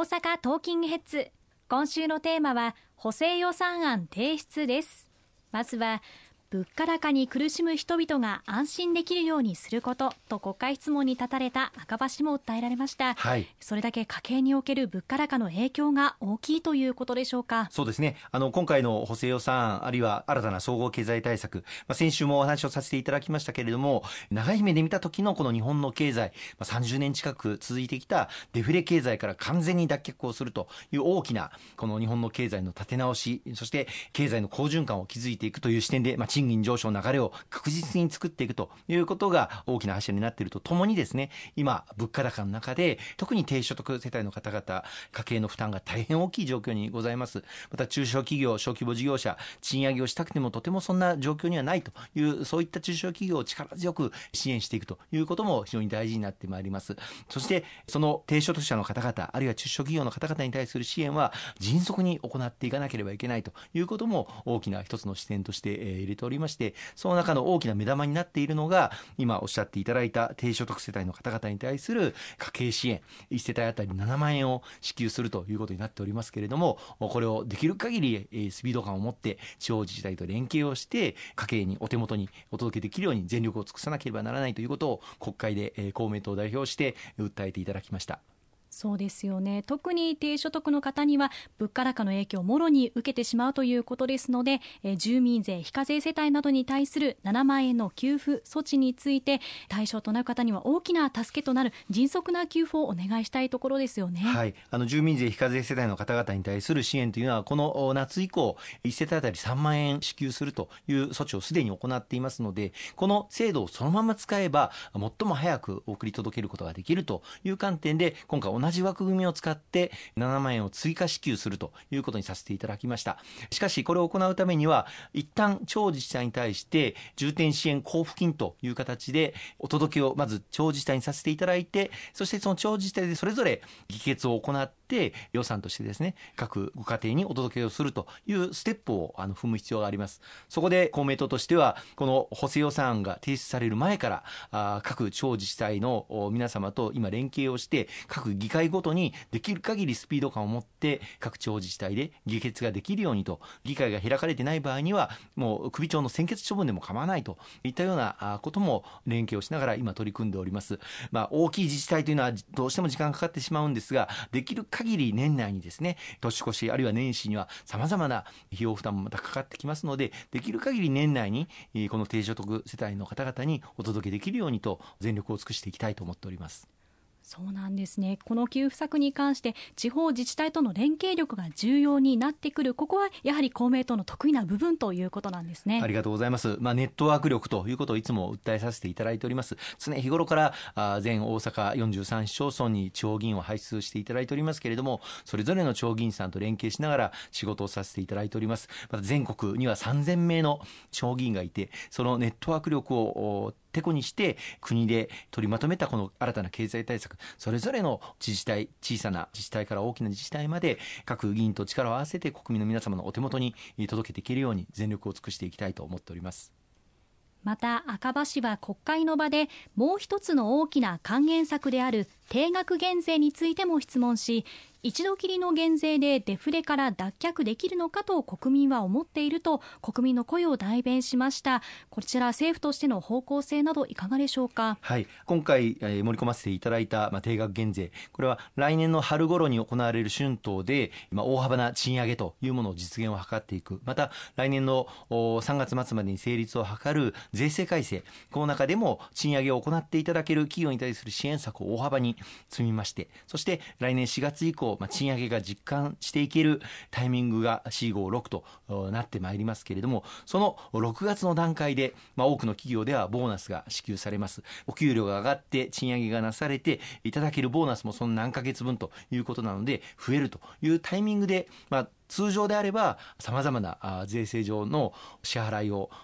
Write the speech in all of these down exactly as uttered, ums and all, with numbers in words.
阪トーキングヘッズ、今週のテーマは補正予算案提出です。まずは物価高に苦しむ人々が安心できるようにすることと国会質問に立たれた赤羽氏も訴えられました、はい、それだけ家計における物価高の影響が大きいということでしょうか。 そうですね、あの今回の補正予算案あるいは新たな総合経済対策、まあ、先週もお話をさせていただきましたけれども、長い目で見た時のこの日本の経済、まあ、さんじゅうねん近く続いてきたデフレ経済から完全に脱却をするという大きなこの日本の経済の立て直し、そして経済の好循環を築いていくという視点で、まあ、賃金上昇の流れを確実に作っていくということが大きな柱になっているとともにですね、今物価高の中で特に低所得世帯の方々、家計の負担が大変大きい状況にございます。また中小企業、小規模事業者、賃上げをしたくてもとてもそんな状況にはないという、そういった中小企業を力強く支援していくということも非常に大事になってまいります。そしてその低所得者の方々、あるいは中小企業の方々に対する支援は迅速に行っていかなければいけないということも大きな一つの視点として入れておりまして、その中の大きな目玉になっているのが今おっしゃっていただいた低所得世帯の方々に対する家計支援、いち世帯あたりななまんえんを支給するということになっておりますけれども、これをできる限りスピード感を持って地方自治体と連携をして家計にお手元にお届けできるように全力を尽くさなければならないということを国会で公明党を代表して訴えていただきました。 そうですよね。特に低所得の方には物価高の影響をもろに受けてしまうということですので、え住民税非課税世帯などに対するななまんえんの給付措置について対象となる方には大きな助けとなる迅速な給付をお願いしたいところですよね。 はい、あの住民税非課税世帯の方々に対する支援というのはこの夏以降いち世帯あたりさんまんえん支給するという措置をすでに行っていますので、この制度をそのまま使えば最も早く送り届けることができるという観点で、今回同じ枠組みを使ってななまんえんを追加支給するということにさせていただきました。しかしこれを行うためには一旦地方自治体に対して重点支援交付金という形でお届けをまず地方自治体にさせていただいて、そしてその地方自治体でそれぞれ議決を行って予算としてですね、各ご家庭にお届けをするというステップをあの踏む必要があります。そこで公明党としてはこの補正予算案が提出される前からあ各地方自治体の皆様と今連携をして各議会ごとにできる限りスピード感を持って各地方自治体で議決ができるようにと、議会が開かれてない場合にはもう首長の専決処分でも構わないといったようなことも連携をしながら今取り組んでおります。まあ、大きい自治体というのはどうしても時間がかかってしまうんですが、できる限り年内にですね、年越しあるいは年始にはさまざまな費用負担もまたかかってきますので、できる限り年内にこの低所得世帯の方々にお届けできるようにと全力を尽くしていきたいと思っております。 そうなんですね。この給付策に関して地方自治体との連携力が重要になってくる、ここはやはり公明党の得意な部分ということなんですね。 ありがとうございます。まあ、ネットワーク力ということをいつも訴えさせていただいております。常日頃からあ全大阪よんじゅうさん市町村に地方議員を輩出していただいておりますけれども、それぞれの地方議員さんと連携しながら仕事をさせていただいております。また全国にはさんぜんめいの地方議員がいて、そのネットワーク力をてこにして国で取りまとめたこの新たな経済対策、それぞれの自治体、小さな自治体から大きな自治体まで各議員と力を合わせて国民の皆様のお手元に届けていけるように全力を尽くしていきたいと思っております。 また赤羽氏は国会の場でもう一つの大きな還元策である定額減税についても質問し、一度きりの減税でデフレから脱却できるのかと国民は思っていると国民の声を代弁しました。こちら政府としての方向性などいかがでしょうか。 はい、今回、えー、盛り込ませていただいた、まあ、定額減税、これは来年の春頃に行われる春闘で、まあ、大幅な賃上げというものを実現を図っていく、また来年のさんがつまつまでに成立を図る税制改正、この中でも賃上げを行っていただける企業に対する支援策を大幅に積みまして、そして来年しがつ以降、まあ、賃上げが実感していけるタイミングが よんごろく となってまいりますけれども、そのろくがつの段階で、まあ、多くの企業ではボーナスが支給されます。お給料が上がって賃上げがなされていただけるボーナスもその何ヶ月分ということなので増えるというタイミングで、まあ通常であればさまざまな税制上の支払いを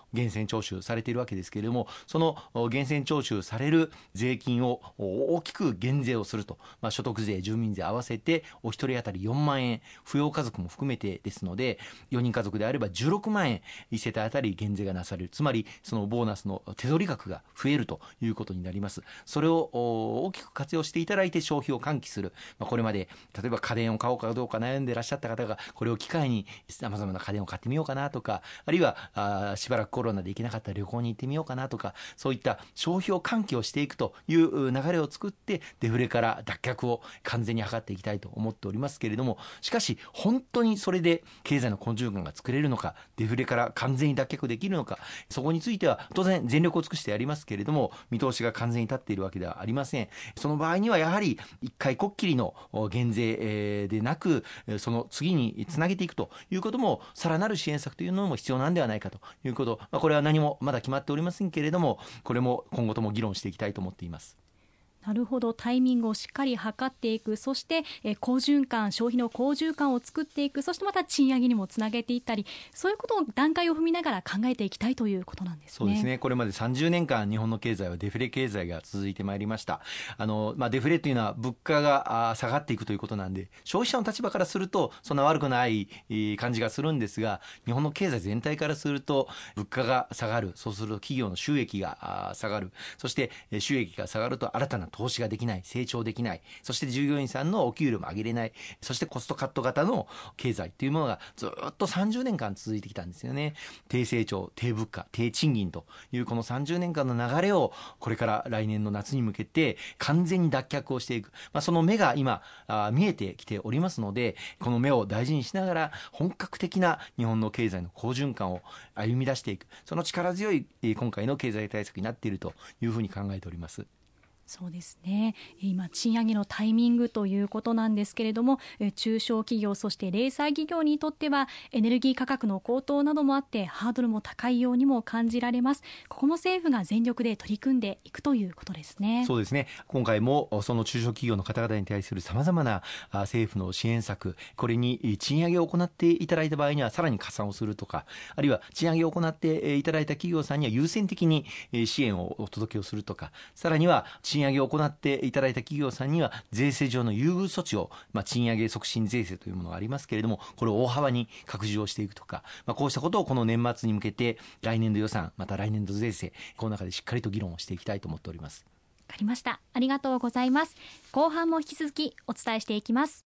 源泉徴収されているわけですけれども、その源泉徴収される税金を大きく減税をすると、まあ、所得税住民税合わせてお一人当たりよんまんえん、扶養家族も含めてですので、よにん家族であればじゅうろくまんえんいち世帯当たり減税がなされる。つまりそのボーナスの手取り額が増えるということになります。それを大きく活用していただいて消費を喚起する、まあ、これまで例えば家電を買おうかどうか悩んでいらっしゃった方がこれを機会にさまざまな家電を買ってみようかなとか、あるいはあしばらくコロナで行けなかった旅行に行ってみようかなとか、そういった消費を喚起をしていくという流れを作ってデフレから脱却を完全に図っていきたいと思っておりますけれども、しかし本当にそれで経済の好循環が作れるのか、デフレから完全に脱却できるのか、そこについては当然全力を尽くしてやりますけれども、見通しが完全に立っているわけではありません。その場合にはやはり一回こっきりの減税でなく、その次につなげていくということも、さらなる支援策というのも必要なんではないかということ、まあ、これは何もまだ決まっておりませんけれども、これも今後とも議論していきたいと思っています。 なるほど、タイミングをしっかり測っていく、そしてえ好循環、消費の好循環を作っていく、そしてまた賃上げにもつなげていったり、そういうことを段階を踏みながら考えていきたいということなんですね。 そうですね。これまでさんじゅうねんかん日本の経済はデフレ経済が続いてまいりました。あの、まあ、デフレというのは物価が下がっていくということなんで、消費者の立場からするとそんな悪くない感じがするんですが、日本の経済全体からすると物価が下がる、そうすると企業の収益が下がる、そして収益が下がると新たな投資ができない、成長できない、そして従業員さんのお給料も上げれない、そしてコストカット型の経済というものがずっとさんじゅうねんかん続いてきたんですよね。低成長、低物価、低賃金というこのさんじゅうねんかんの流れをこれから来年の夏に向けて完全に脱却をしていく、まあ、その目が今あ見えてきておりますので、この目を大事にしながら本格的な日本の経済の好循環を歩み出していく、その力強い今回の経済対策になっているというふうに考えております。 そうですね。今賃上げのタイミングということなんですけれども、中小企業そして零細企業にとってはエネルギー価格の高騰などもあってハードルも高いようにも感じられます。ここも政府が全力で取り組んでいくということですね。 そうですね。今回もその中小企業の方々に対するさまざまな政府の支援策、これに賃上げを行っていただいた場合にはさらに加算をするとか、あるいは賃上げを行っていただいた企業さんには優先的に支援をお届けをするとか、さらには賃上げを行っていただいた企業さんには税制上の優遇措置を、まあ、賃上げ促進税制というものがありますけれども、これを大幅に拡充をしていくとか、まあ、こうしたことをこの年末に向けて来年度予算、また来年度税制、この中でしっかりと議論をしていきたいと思っております。 わかりました。ありがとうございます。後半も引き続きお伝えしていきます。